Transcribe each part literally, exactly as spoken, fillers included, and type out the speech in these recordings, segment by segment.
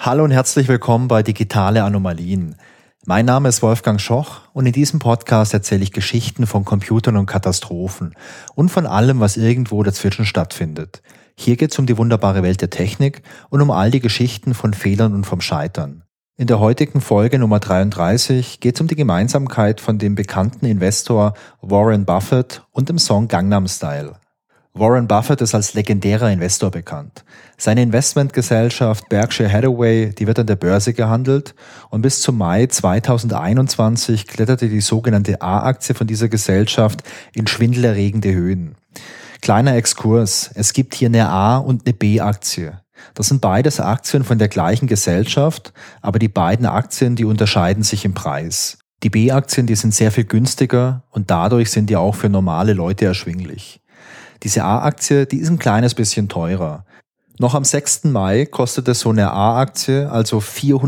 Hallo und herzlich willkommen bei Digitale Anomalien. Mein Name ist Wolfgang Schoch und in diesem Podcast erzähle ich Geschichten von Computern und Katastrophen und von allem, was irgendwo dazwischen stattfindet. Hier geht es um die wunderbare Welt der Technik und um all die Geschichten von Fehlern und vom Scheitern. In der heutigen Folge Nummer dreiunddreißig geht es um die Gemeinsamkeit von dem bekannten Investor Warren Buffett und dem Song Gangnam Style. Warren Buffett ist als legendärer Investor bekannt. Seine Investmentgesellschaft Berkshire Hathaway, die wird an der Börse gehandelt und bis zum Mai zweitausendeinundzwanzig kletterte die sogenannte A-Aktie von dieser Gesellschaft in schwindelerregende Höhen. Kleiner Exkurs, es gibt hier eine A- und eine B-Aktie. Das sind beides Aktien von der gleichen Gesellschaft, aber die beiden Aktien, die unterscheiden sich im Preis. Die B-Aktien, die sind sehr viel günstiger und dadurch sind die auch für normale Leute erschwinglich. Diese A-Aktie, die ist ein kleines bisschen teurer. Noch am sechsten Mai kostete so eine A-Aktie also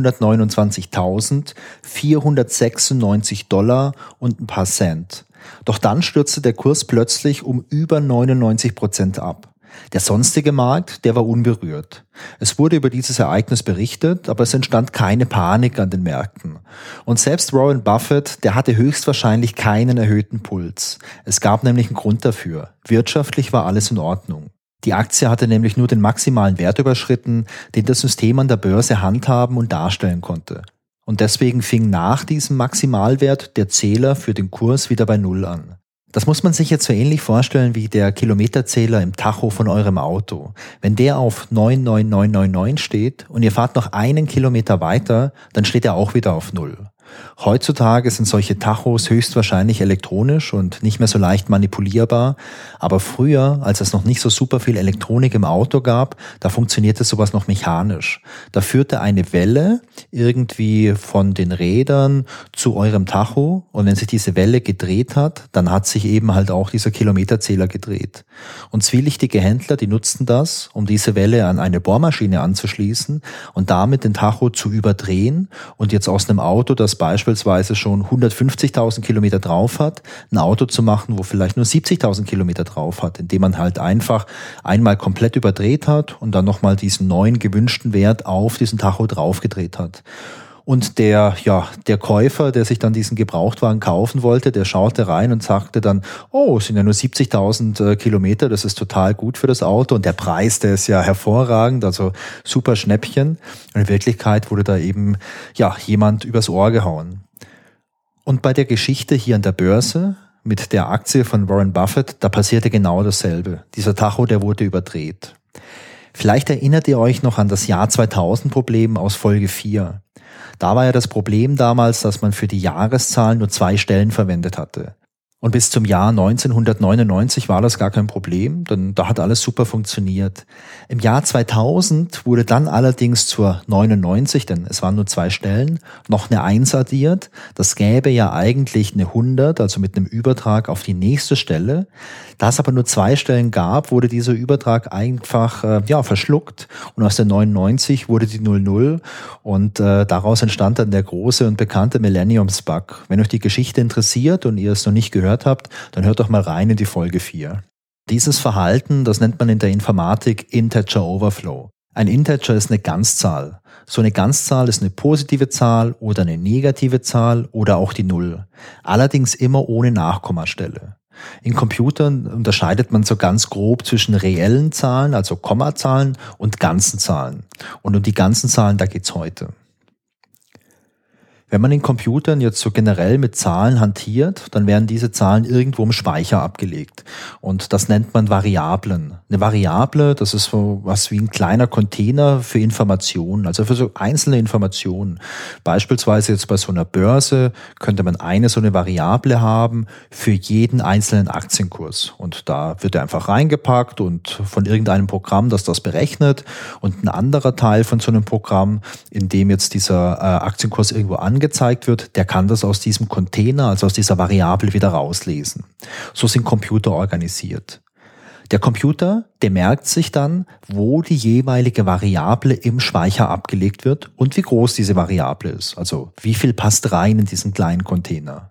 vierhundertneunundzwanzigtausendvierhundertsechsundneunzig Dollar und ein paar Cent. Doch dann stürzte der Kurs plötzlich um über neunundneunzig Prozent ab. Der sonstige Markt, der war unberührt. Es wurde über dieses Ereignis berichtet, aber es entstand keine Panik an den Märkten. Und selbst Warren Buffett, der hatte höchstwahrscheinlich keinen erhöhten Puls. Es gab nämlich einen Grund dafür. Wirtschaftlich war alles in Ordnung. Die Aktie hatte nämlich nur den maximalen Wert überschritten, den das System an der Börse handhaben und darstellen konnte. Und deswegen fing nach diesem Maximalwert der Zähler für den Kurs wieder bei Null an. Das muss man sich jetzt so ähnlich vorstellen wie der Kilometerzähler im Tacho von eurem Auto. Wenn der auf neun neun neun neun neun steht und ihr fahrt noch einen Kilometer weiter, dann steht er auch wieder auf Null. Heutzutage sind solche Tachos höchstwahrscheinlich elektronisch und nicht mehr so leicht manipulierbar, aber früher, als es noch nicht so super viel Elektronik im Auto gab, da funktionierte sowas noch mechanisch. Da führte eine Welle irgendwie von den Rädern zu eurem Tacho und wenn sich diese Welle gedreht hat, dann hat sich eben halt auch dieser Kilometerzähler gedreht. Und zwielichtige Händler, die nutzten das, um diese Welle an eine Bohrmaschine anzuschließen und damit den Tacho zu überdrehen und jetzt aus einem Auto, das beispielsweise schon hundertfünfzigtausend Kilometer drauf hat, ein Auto zu machen, wo vielleicht nur siebzigtausend Kilometer drauf hat, indem man halt einfach einmal komplett überdreht hat und dann nochmal diesen neuen gewünschten Wert auf diesen Tacho draufgedreht hat. Und der, ja, der Käufer, der sich dann diesen Gebrauchtwagen kaufen wollte, der schaute rein und sagte dann, oh, es sind ja nur siebzigtausend äh, Kilometer, das ist total gut für das Auto und der Preis, der ist ja hervorragend, also super Schnäppchen. Und in Wirklichkeit wurde da eben, ja, jemand übers Ohr gehauen. Und bei der Geschichte hier an der Börse mit der Aktie von Warren Buffett, da passierte genau dasselbe. Dieser Tacho, der wurde überdreht. Vielleicht erinnert ihr euch noch an das Jahr zweitausend-Problem aus Folge vier. Da war ja das Problem damals, dass man für die Jahreszahlen nur zwei Stellen verwendet hatte. Und bis zum Jahr neunzehnhundertneunundneunzig war das gar kein Problem, denn da hat alles super funktioniert. Im Jahr zweitausend wurde dann allerdings zur neunundneunzig, denn es waren nur zwei Stellen, noch eine eins addiert. Das gäbe ja eigentlich eine hundert, also mit einem Übertrag auf die nächste Stelle. Da es aber nur zwei Stellen gab, wurde dieser Übertrag einfach äh, ja verschluckt und aus der neunundneunzig wurde die null null und äh, daraus entstand dann der große und bekannte Millenniums-Bug. Wenn euch die Geschichte interessiert und ihr es noch nicht gehört habt, dann hört doch mal rein in die Folge vier. Dieses Verhalten, das nennt man in der Informatik Integer Overflow. Ein Integer ist eine Ganzzahl. So eine Ganzzahl ist eine positive Zahl oder eine negative Zahl oder auch die Null. Allerdings immer ohne Nachkommastelle. In Computern unterscheidet man so ganz grob zwischen reellen Zahlen, also Kommazahlen, und ganzen Zahlen. Und um die ganzen Zahlen, da geht's heute. Wenn man in Computern jetzt so generell mit Zahlen hantiert, dann werden diese Zahlen irgendwo im Speicher abgelegt. Und das nennt man Variablen. Eine Variable, das ist so was wie ein kleiner Container für Informationen, also für so einzelne Informationen. Beispielsweise jetzt bei so einer Börse könnte man eine so eine Variable haben für jeden einzelnen Aktienkurs. Und da wird er einfach reingepackt und von irgendeinem Programm, das das berechnet. Und ein anderer Teil von so einem Programm, in dem jetzt dieser äh, Aktienkurs irgendwo angeht, gezeigt wird, der kann das aus diesem Container, also aus dieser Variable wieder rauslesen. So sind Computer organisiert. Der Computer, der merkt sich dann, wo die jeweilige Variable im Speicher abgelegt wird und wie groß diese Variable ist. Also wie viel passt rein in diesen kleinen Container.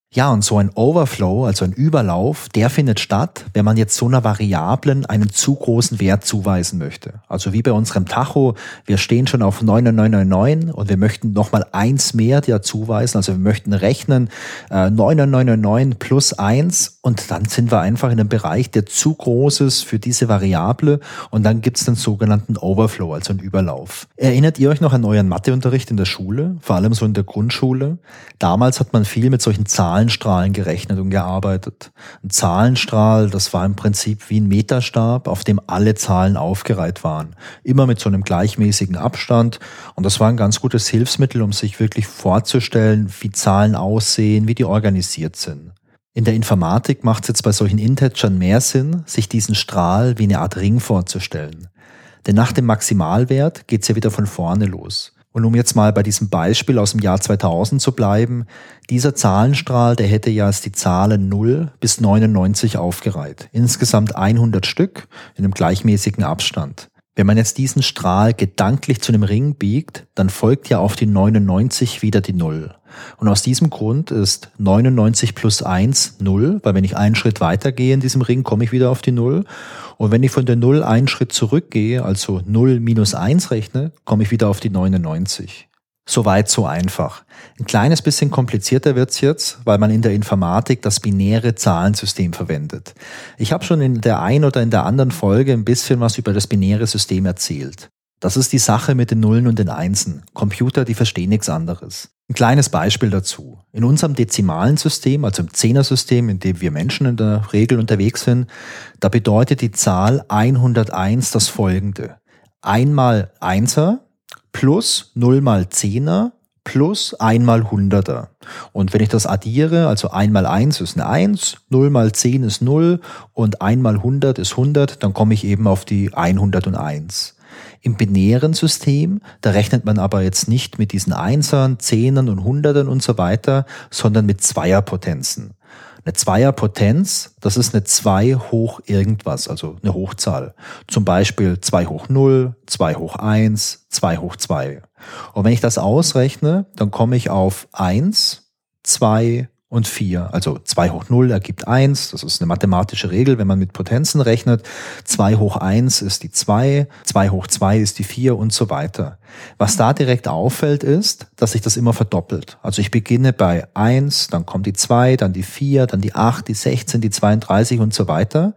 Ja, und so ein Overflow, also ein Überlauf, der findet statt, wenn man jetzt so einer Variablen einen zu großen Wert zuweisen möchte. Also wie bei unserem Tacho, wir stehen schon auf neun neun neun neun neun und wir möchten nochmal eins mehr dir zuweisen. Also wir möchten rechnen äh, neun neun neun neun neun plus eins und dann sind wir einfach in einem Bereich, der zu groß ist für diese Variable und dann gibt es den sogenannten Overflow, also einen Überlauf. Erinnert ihr euch noch an euren Matheunterricht in der Schule, vor allem so in der Grundschule? Damals hat man viel mit solchen Zahlen Zahlenstrahlen gerechnet und gearbeitet. Ein Zahlenstrahl, das war im Prinzip wie ein Meterstab, auf dem alle Zahlen aufgereiht waren. Immer mit so einem gleichmäßigen Abstand. Und das war ein ganz gutes Hilfsmittel, um sich wirklich vorzustellen, wie Zahlen aussehen, wie die organisiert sind. In der Informatik macht es jetzt bei solchen Integern mehr Sinn, sich diesen Strahl wie eine Art Ring vorzustellen. Denn nach dem Maximalwert geht es ja wieder von vorne los. Und um jetzt mal bei diesem Beispiel aus dem Jahr zweitausend zu bleiben, dieser Zahlenstrahl, der hätte ja die Zahlen null bis neunundneunzig aufgereiht. Insgesamt hundert Stück in einem gleichmäßigen Abstand. Wenn man jetzt diesen Strahl gedanklich zu einem Ring biegt, dann folgt ja auf die neunundneunzig wieder die null. Und aus diesem Grund ist neunundneunzig plus eins null, weil wenn ich einen Schritt weitergehe in diesem Ring, komme ich wieder auf die null. Und wenn ich von der null einen Schritt zurückgehe, also null minus eins rechne, komme ich wieder auf die neunundneunzig. Soweit so einfach. Ein kleines bisschen komplizierter wird's jetzt, weil man in der Informatik das binäre Zahlensystem verwendet. Ich habe schon in der einen oder in der anderen Folge ein bisschen was über das binäre System erzählt. Das ist die Sache mit den Nullen und den Einsen. Computer, die verstehen nichts anderes. Ein kleines Beispiel dazu. In unserem dezimalen System, also im Zehnersystem, in dem wir Menschen in der Regel unterwegs sind, da bedeutet die Zahl hunderteins das folgende. Einmal Einser plus null mal Zehner plus ein mal Hunderter. Und wenn ich das addiere, also ein mal eins ist eine eins, null mal zehn ist null und ein mal hundert ist hundert, dann komme ich eben auf die hunderteins. Im binären System, da rechnet man aber jetzt nicht mit diesen Einsern, Zehnern und Hundertern und so weiter, sondern mit Zweierpotenzen. Eine Zweierpotenz, das ist eine zwei hoch irgendwas, also eine Hochzahl. Zum Beispiel zwei hoch null, zwei hoch eins, zwei hoch zwei. Und wenn ich das ausrechne, dann komme ich auf eins, zwei und vier. Also zwei hoch null ergibt eins, das ist eine mathematische Regel, wenn man mit Potenzen rechnet. zwei hoch eins ist die zwei, zwei hoch zwei ist die vier und so weiter. Was da direkt auffällt ist, dass sich das immer verdoppelt. Also ich beginne bei eins, dann kommt die zwei, dann die vier, dann die acht, die sechzehn, die zweiunddreißig und so weiter.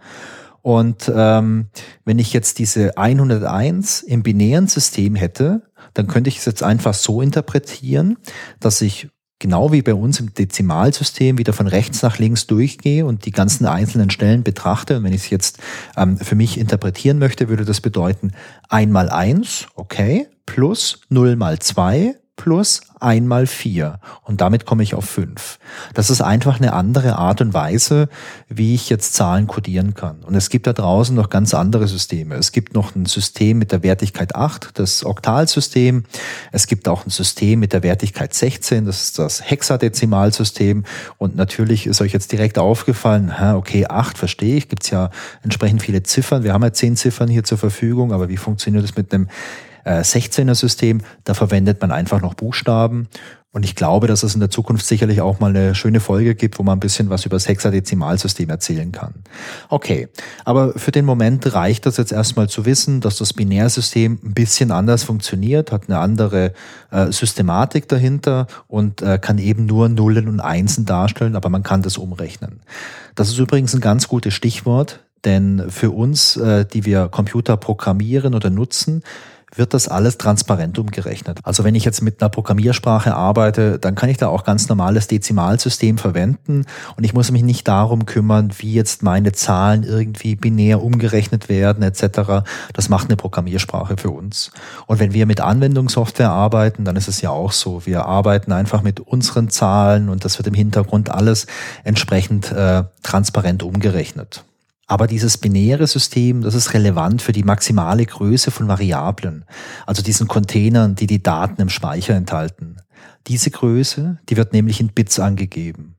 Und ähm, wenn ich jetzt diese hunderteins im binären System hätte, dann könnte ich es jetzt einfach so interpretieren, dass ich genau wie bei uns im Dezimalsystem wieder von rechts nach links durchgehe und die ganzen einzelnen Stellen betrachte. Und wenn ich es jetzt ähm, für mich interpretieren möchte, würde das bedeuten eins mal eins, okay, plus null mal zwei plus eins mal vier. Und damit komme ich auf fünf. Das ist einfach eine andere Art und Weise, wie ich jetzt Zahlen kodieren kann. Und es gibt da draußen noch ganz andere Systeme. Es gibt noch ein System mit der Wertigkeit acht, das Oktalsystem. Es gibt auch ein System mit der Wertigkeit sechzehn, das ist das Hexadezimalsystem. Und natürlich ist euch jetzt direkt aufgefallen, okay, acht verstehe ich, gibt es ja entsprechend viele Ziffern. Wir haben ja zehn Ziffern hier zur Verfügung, aber wie funktioniert das mit einem sechzehner-System, da verwendet man einfach noch Buchstaben. Und ich glaube, dass es in der Zukunft sicherlich auch mal eine schöne Folge gibt, wo man ein bisschen was über das Hexadezimalsystem erzählen kann. Okay, aber für den Moment reicht das jetzt erstmal zu wissen, dass das Binärsystem ein bisschen anders funktioniert, hat eine andere äh, Systematik dahinter und äh, kann eben nur Nullen und Einsen darstellen, aber man kann das umrechnen. Das ist übrigens ein ganz gutes Stichwort, denn für uns, äh, die wir Computer programmieren oder nutzen, wird das alles transparent umgerechnet. Also wenn ich jetzt mit einer Programmiersprache arbeite, dann kann ich da auch ganz normales Dezimalsystem verwenden und ich muss mich nicht darum kümmern, wie jetzt meine Zahlen irgendwie binär umgerechnet werden et cetera. Das macht eine Programmiersprache für uns. Und wenn wir mit Anwendungssoftware arbeiten, dann ist es ja auch so. Wir arbeiten einfach mit unseren Zahlen und das wird im Hintergrund alles entsprechend äh, transparent umgerechnet. Aber dieses binäre System, das ist relevant für die maximale Größe von Variablen, also diesen Containern, die die Daten im Speicher enthalten. Diese Größe, die wird nämlich in Bits angegeben.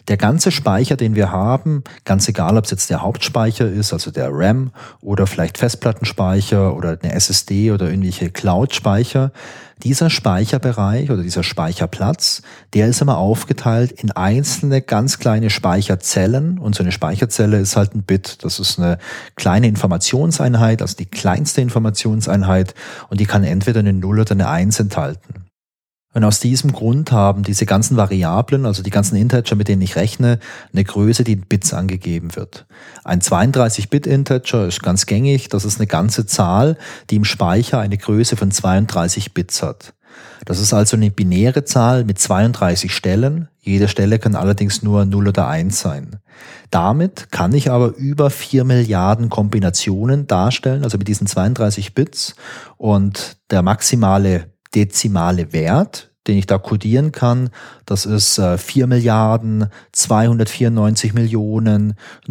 Der ganze Speicher, den wir haben, ganz egal, ob es jetzt der Hauptspeicher ist, also der RAM oder vielleicht Festplattenspeicher oder eine S S D oder irgendwelche Cloud-Speicher, dieser Speicherbereich oder dieser Speicherplatz, der ist immer aufgeteilt in einzelne ganz kleine Speicherzellen und so eine Speicherzelle ist halt ein Bit. Das ist eine kleine Informationseinheit, also die kleinste Informationseinheit und die kann entweder eine Null oder eine Eins enthalten. Und aus diesem Grund haben diese ganzen Variablen, also die ganzen Integer, mit denen ich rechne, eine Größe, die in Bits angegeben wird. Ein zweiunddreißig-Bit-Integer ist ganz gängig. Das ist eine ganze Zahl, die im Speicher eine Größe von zweiunddreißig Bits hat. Das ist also eine binäre Zahl mit zweiunddreißig Stellen. Jede Stelle kann allerdings nur null oder eins sein. Damit kann ich aber über vier Milliarden Kombinationen darstellen, also mit diesen zweiunddreißig Bits. Und der maximale dezimale Wert, den ich da kodieren kann, das ist äh, vier Milliarden zweihundertvierundneunzig Millionen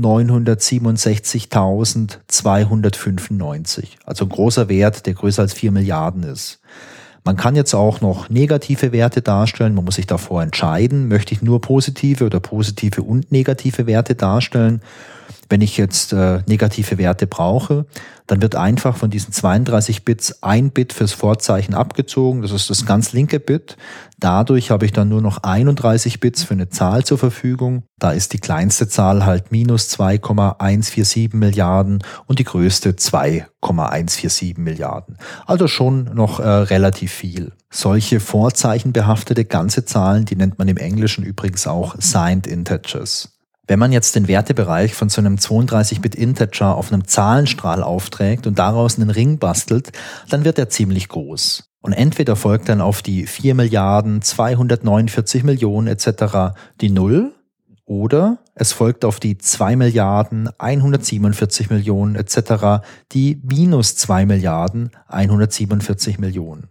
neunhundertsiebenundsechzigtausendzweihundertfünfundneunzig. Also ein großer Wert, der größer als vier Milliarden ist. Man kann jetzt auch noch negative Werte darstellen. Man muss sich davor entscheiden, möchte ich nur positive oder positive und negative Werte darstellen. Wenn ich jetzt äh, negative Werte brauche, dann wird einfach von diesen zweiunddreißig Bits ein Bit fürs Vorzeichen abgezogen. Das ist das ganz linke Bit. Dadurch habe ich dann nur noch einunddreißig Bits für eine Zahl zur Verfügung. Da ist die kleinste Zahl halt minus zwei Komma eins vier sieben Milliarden und die größte zwei Komma eins vier sieben Milliarden. Also schon noch äh, relativ viel. Solche vorzeichenbehaftete ganze Zahlen, die nennt man im Englischen übrigens auch Signed Integers. Wenn man jetzt den Wertebereich von so einem zweiunddreißig-Bit-Integer auf einem Zahlenstrahl aufträgt und daraus einen Ring bastelt, dann wird er ziemlich groß. Und entweder folgt dann auf die vier Milliarden zweihundertneunundvierzig Millionen et cetera die Null oder es folgt auf die zwei Milliarden hundertsiebenundvierzig Millionen et cetera die minus zwei Milliarden hundertsiebenundvierzig Millionen.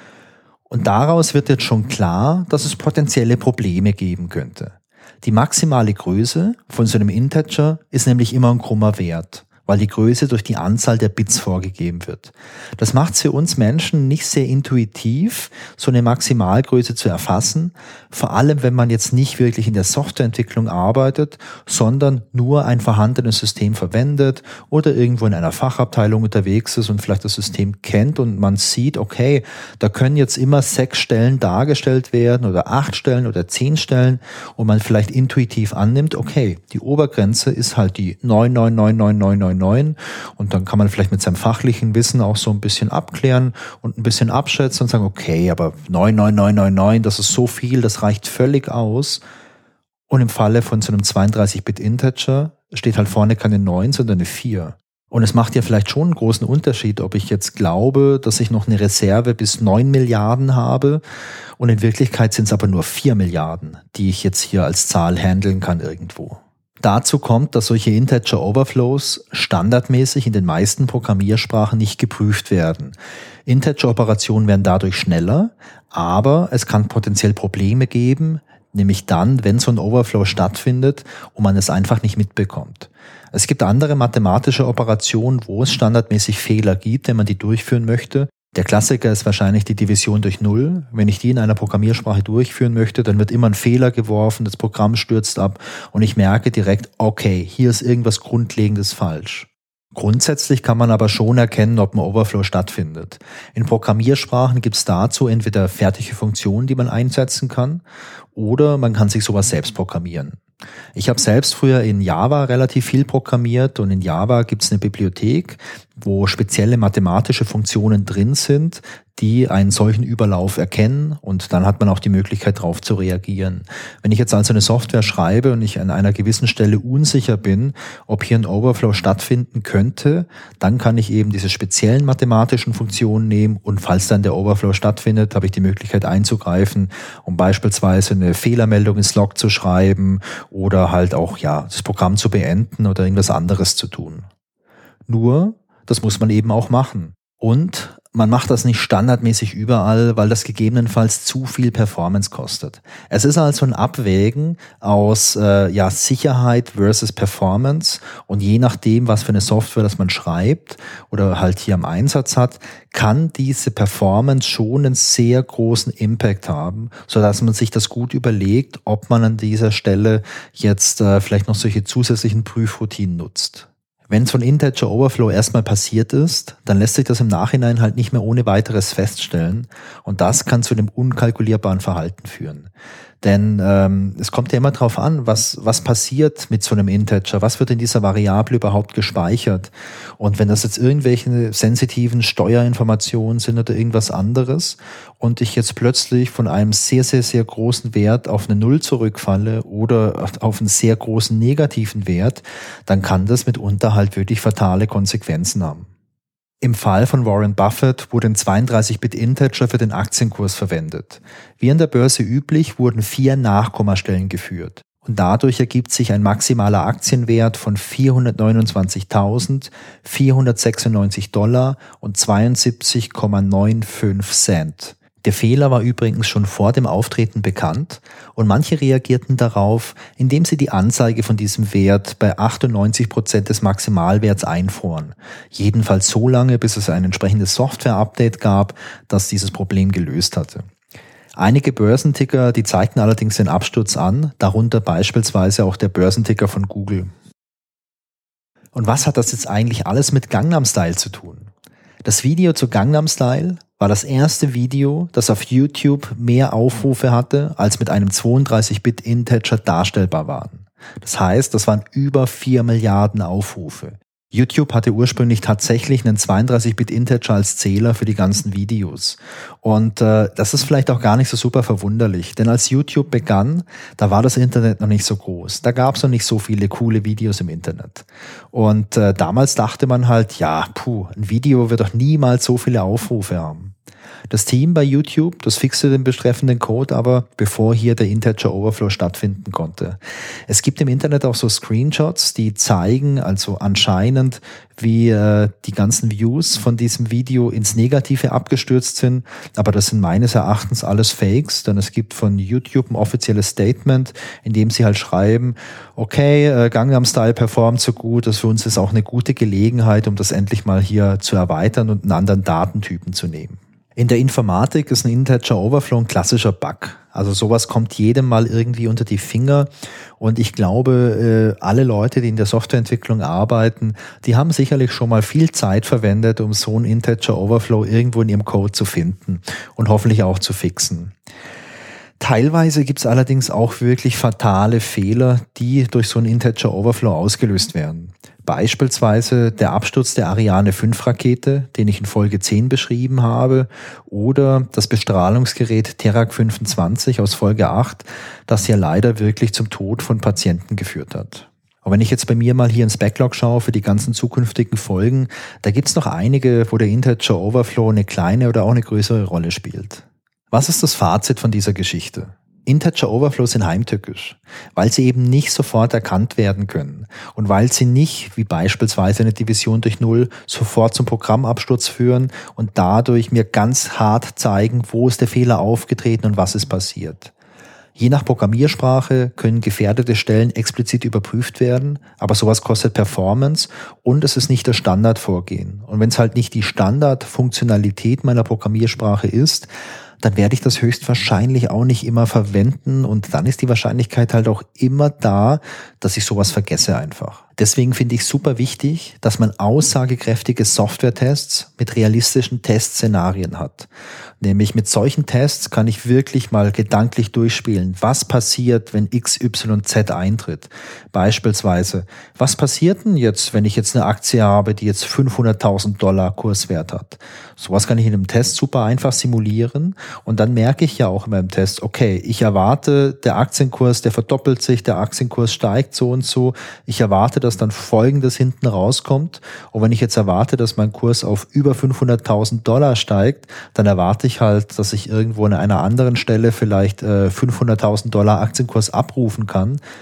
Und daraus wird jetzt schon klar, dass es potenzielle Probleme geben könnte. Die maximale Größe von so einem Integer ist nämlich immer ein krummer Wert, weil die Größe durch die Anzahl der Bits vorgegeben wird. Das macht es für uns Menschen nicht sehr intuitiv, so eine Maximalgröße zu erfassen, vor allem wenn man jetzt nicht wirklich in der Softwareentwicklung arbeitet, sondern nur ein vorhandenes System verwendet oder irgendwo in einer Fachabteilung unterwegs ist und vielleicht das System kennt und man sieht, okay, da können jetzt immer sechs Stellen dargestellt werden oder acht Stellen oder zehn Stellen und man vielleicht intuitiv annimmt, okay, die Obergrenze ist halt die neun neun neun neun neun neun neun und dann kann man vielleicht mit seinem fachlichen Wissen auch so ein bisschen abklären und ein bisschen abschätzen und sagen, okay, aber neun neun neun neun neun, das ist so viel, das reicht völlig aus. Und im Falle von so einem zweiunddreißig-Bit-Integer steht halt vorne keine neun, sondern eine vier. Und es macht ja vielleicht schon einen großen Unterschied, ob ich jetzt glaube, dass ich noch eine Reserve bis neun Milliarden habe und in Wirklichkeit sind es aber nur vier Milliarden, die ich jetzt hier als Zahl handeln kann irgendwo. Dazu kommt, dass solche Integer-Overflows standardmäßig in den meisten Programmiersprachen nicht geprüft werden. Integer-Operationen werden dadurch schneller, aber es kann potenziell Probleme geben, nämlich dann, wenn so ein Overflow stattfindet und man es einfach nicht mitbekommt. Es gibt andere mathematische Operationen, wo es standardmäßig Fehler gibt, wenn man die durchführen möchte. Der Klassiker ist wahrscheinlich die Division durch Null. Wenn ich die in einer Programmiersprache durchführen möchte, dann wird immer ein Fehler geworfen, das Programm stürzt ab und ich merke direkt, okay, hier ist irgendwas Grundlegendes falsch. Grundsätzlich kann man aber schon erkennen, ob ein Overflow stattfindet. In Programmiersprachen gibt es dazu entweder fertige Funktionen, die man einsetzen kann, oder man kann sich sowas selbst programmieren. Ich habe selbst früher in Java relativ viel programmiert und in Java gibt es eine Bibliothek, wo spezielle mathematische Funktionen drin sind, die einen solchen Überlauf erkennen und dann hat man auch die Möglichkeit, darauf zu reagieren. Wenn ich jetzt also eine Software schreibe und ich an einer gewissen Stelle unsicher bin, ob hier ein Overflow stattfinden könnte, dann kann ich eben diese speziellen mathematischen Funktionen nehmen und falls dann der Overflow stattfindet, habe ich die Möglichkeit einzugreifen, um beispielsweise eine Fehlermeldung ins Log zu schreiben oder halt auch ja das Programm zu beenden oder irgendwas anderes zu tun. Nur, das muss man eben auch machen. Und man macht das nicht standardmäßig überall, weil das gegebenenfalls zu viel Performance kostet. Es ist also ein Abwägen aus äh, ja, Sicherheit versus Performance und je nachdem, was für eine Software das man schreibt oder halt hier am Einsatz hat, kann diese Performance schon einen sehr großen Impact haben, sodass man sich das gut überlegt, ob man an dieser Stelle jetzt äh, vielleicht noch solche zusätzlichen Prüfroutinen nutzt. Wenn so ein Integer Overflow erstmal passiert ist, dann lässt sich das im Nachhinein halt nicht mehr ohne weiteres feststellen und das kann zu einem unkalkulierbaren Verhalten führen. Denn ähm, es kommt ja immer drauf an, was was passiert mit so einem Integer, was wird in dieser Variable überhaupt gespeichert. Und wenn das jetzt irgendwelche sensitiven Steuerinformationen sind oder irgendwas anderes und ich jetzt plötzlich von einem sehr, sehr, sehr großen Wert auf eine Null zurückfalle oder auf einen sehr großen negativen Wert, dann kann das mitunter halt wirklich fatale Konsequenzen haben. Im Fall von Warren Buffett wurde ein zweiunddreißig Bit Integer für den Aktienkurs verwendet. Wie an der Börse üblich wurden vier Nachkommastellen geführt. Und dadurch ergibt sich ein maximaler Aktienwert von vierhundertneunundzwanzigtausendvierhundertsechsundneunzig Dollar und zweiundsiebzig Komma fünfundneunzig Cent. Der Fehler war übrigens schon vor dem Auftreten bekannt und manche reagierten darauf, indem sie die Anzeige von diesem Wert bei achtundneunzig Prozent des Maximalwerts einfroren. Jedenfalls so lange, bis es ein entsprechendes Software-Update gab, das dieses Problem gelöst hatte. Einige Börsenticker, die zeigten allerdings den Absturz an, darunter beispielsweise auch der Börsenticker von Google. Und was hat das jetzt eigentlich alles mit Gangnam Style zu tun? Das Video zu Gangnam Style war das erste Video, das auf YouTube mehr Aufrufe hatte, als mit einem zweiunddreißig Bit Integer darstellbar waren. Das heißt, das waren über vier Milliarden Aufrufe. YouTube hatte ursprünglich tatsächlich einen zweiunddreißig Bit Integer als Zähler für die ganzen Videos. Und äh, das ist vielleicht auch gar nicht so super verwunderlich, denn als YouTube begann, da war das Internet noch nicht so groß. Da gab es noch nicht so viele coole Videos im Internet. Und äh, damals dachte man halt, ja, puh, ein Video wird doch niemals so viele Aufrufe haben. Das Team bei YouTube, das fixte den betreffenden Code aber, bevor hier der Integer Overflow stattfinden konnte. Es gibt im Internet auch so Screenshots, die zeigen, also anscheinend, wie äh, die ganzen Views von diesem Video ins Negative abgestürzt sind. Aber das sind meines Erachtens alles Fakes, denn es gibt von YouTube ein offizielles Statement, in dem sie halt schreiben, okay, äh, Gangnam Style performt so gut, dass für uns ist auch eine gute Gelegenheit, um das endlich mal hier zu erweitern und einen anderen Datentypen zu nehmen. In der Informatik ist ein Integer Overflow ein klassischer Bug. Also sowas kommt jedem mal irgendwie unter die Finger und ich glaube, alle Leute, die in der Softwareentwicklung arbeiten, die haben sicherlich schon mal viel Zeit verwendet, um so einen Integer Overflow irgendwo in ihrem Code zu finden und hoffentlich auch zu fixen. Teilweise gibt es allerdings auch wirklich fatale Fehler, die durch so einen Integer Overflow ausgelöst werden. Beispielsweise der Absturz der Ariane fünf Rakete, den ich in Folge zehn beschrieben habe, oder das Bestrahlungsgerät Terak fünfundzwanzig aus Folge acht, das ja leider wirklich zum Tod von Patienten geführt hat. Und wenn ich jetzt bei mir mal hier ins Backlog schaue für die ganzen zukünftigen Folgen, da gibt es noch einige, wo der Integer Overflow eine kleine oder auch eine größere Rolle spielt. Was ist das Fazit von dieser Geschichte? Integer Overflows sind heimtückisch, weil sie eben nicht sofort erkannt werden können und weil sie nicht, wie beispielsweise eine Division durch Null, sofort zum Programmabsturz führen und dadurch mir ganz hart zeigen, wo ist der Fehler aufgetreten und was ist passiert. Je nach Programmiersprache können gefährdete Stellen explizit überprüft werden, aber sowas kostet Performance und es ist nicht das Standardvorgehen. Und wenn es halt nicht die Standardfunktionalität meiner Programmiersprache ist, dann werde ich das höchstwahrscheinlich auch nicht immer verwenden und dann ist die Wahrscheinlichkeit halt auch immer da, dass ich sowas vergesse einfach. Deswegen finde ich super wichtig, dass man aussagekräftige Software-Tests mit realistischen Testszenarien hat. Nämlich mit solchen Tests kann ich wirklich mal gedanklich durchspielen, was passiert, wenn X Y Z eintritt. Beispielsweise, was passiert denn jetzt, wenn ich jetzt eine Aktie habe, die jetzt fünfhunderttausend Dollar Kurswert hat? Sowas kann ich in einem Test super einfach simulieren und dann merke ich ja auch in meinem Test, okay, ich erwarte, der Aktienkurs, der verdoppelt sich, der Aktienkurs steigt so und so. Ich erwarte, dass dann Folgendes hinten rauskommt. Und wenn ich jetzt erwarte, dass mein Kurs auf über fünfhunderttausend Dollar steigt, dann erwarte ich halt, dass ich irgendwo an einer anderen Stelle vielleicht äh, fünfhunderttausend Dollar Aktienkurs abrufen kann.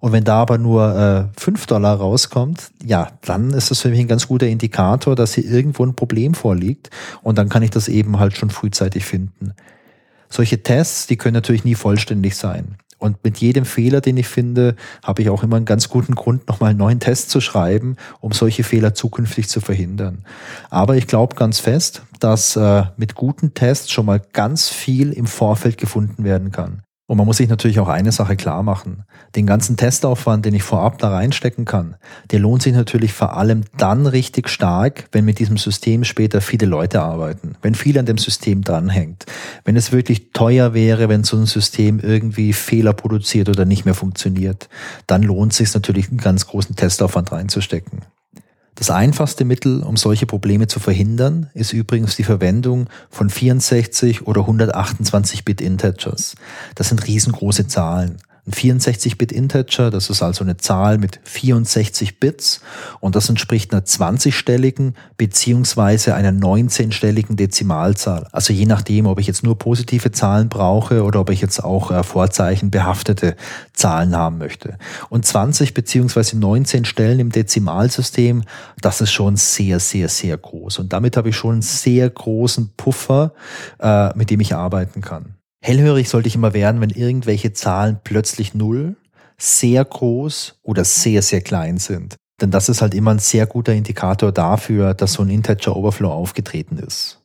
Und wenn da aber nur äh, fünf Dollar rauskommt, ja, dann ist das für mich ein ganz guter Indikator, dass hier irgendwo ein Problem vorliegt. Und dann kann ich das eben halt schon frühzeitig finden. Solche Tests, die können natürlich nie vollständig sein. Und mit jedem Fehler, den ich finde, habe ich auch immer einen ganz guten Grund, nochmal einen neuen Test zu schreiben, um solche Fehler zukünftig zu verhindern. Aber ich glaube ganz fest, dass äh, mit guten Tests schon mal ganz viel im Vorfeld gefunden werden kann. Und man muss sich natürlich auch eine Sache klar machen. Den ganzen Testaufwand, den ich vorab da reinstecken kann, der lohnt sich natürlich vor allem dann richtig stark, wenn mit diesem System später viele Leute arbeiten, wenn viel an dem System dranhängt, wenn es wirklich teuer wäre, wenn so ein System irgendwie Fehler produziert oder nicht mehr funktioniert, dann lohnt es sich natürlich, einen ganz großen Testaufwand reinzustecken. Das einfachste Mittel, um solche Probleme zu verhindern, ist übrigens die Verwendung von vierundsechzig oder hundertachtundzwanzig Bit Integers. Das sind riesengroße Zahlen. Ein vierundsechzig Bit Integer, das ist also eine Zahl mit vierundsechzig Bits und das entspricht einer zwanzigstelligen beziehungsweise einer neunzehnstelligen Dezimalzahl. Also je nachdem, ob ich jetzt nur positive Zahlen brauche oder ob ich jetzt auch äh, vorzeichenbehaftete Zahlen haben möchte. Und zwanzig beziehungsweise neunzehn Stellen im Dezimalsystem, das ist schon sehr, sehr, sehr groß. Und damit habe ich schon einen sehr großen Puffer, äh, mit dem ich arbeiten kann. Hellhörig sollte ich immer werden, wenn irgendwelche Zahlen plötzlich null, sehr groß oder sehr, sehr klein sind. Denn das ist halt immer ein sehr guter Indikator dafür, dass so ein Integer Overflow aufgetreten ist.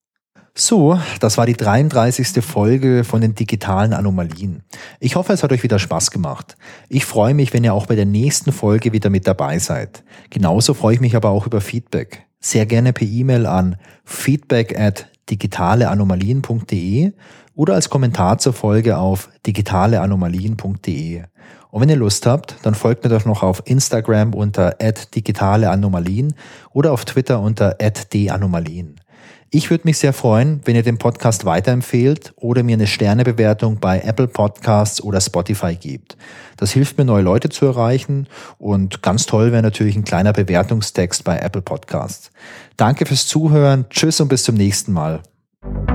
So, das war die dreiunddreißigste Folge von den digitalen Anomalien. Ich hoffe, es hat euch wieder Spaß gemacht. Ich freue mich, wenn ihr auch bei der nächsten Folge wieder mit dabei seid. Genauso freue ich mich aber auch über Feedback. Sehr gerne per E-Mail an feedback at digitaleanomalien punkt de oder als Kommentar zur Folge auf digitaleanomalien punkt de. Und wenn ihr Lust habt, dann folgt mir doch noch auf Instagram unter at digitaleanomalien oder auf Twitter unter at danomalien. Ich würde mich sehr freuen, wenn ihr den Podcast weiterempfehlt oder mir eine Sternebewertung bei Apple Podcasts oder Spotify gebt. Das hilft mir, neue Leute zu erreichen und ganz toll wäre natürlich ein kleiner Bewertungstext bei Apple Podcasts. Danke fürs Zuhören, tschüss und bis zum nächsten Mal.